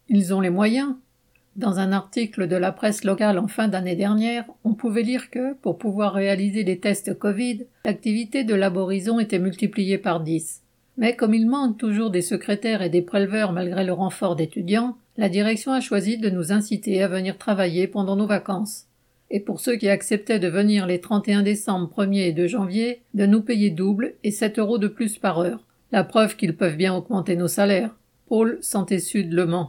Ils ont les moyens. Dans un article de la presse locale en fin d'année dernière, on pouvait lire que, pour pouvoir réaliser les tests Covid, l'activité de Laborison était multipliée par 10. Mais comme il manque toujours des secrétaires et des préleveurs malgré le renfort d'étudiants, la direction a choisi de nous inciter à venir travailler pendant nos vacances. Et pour ceux qui acceptaient de venir les 31 décembre, 1er et 2 janvier, de nous payer double et 7 € de plus par heure. La preuve qu'ils peuvent bien augmenter nos salaires. Pôle Santé Sud Le Mans.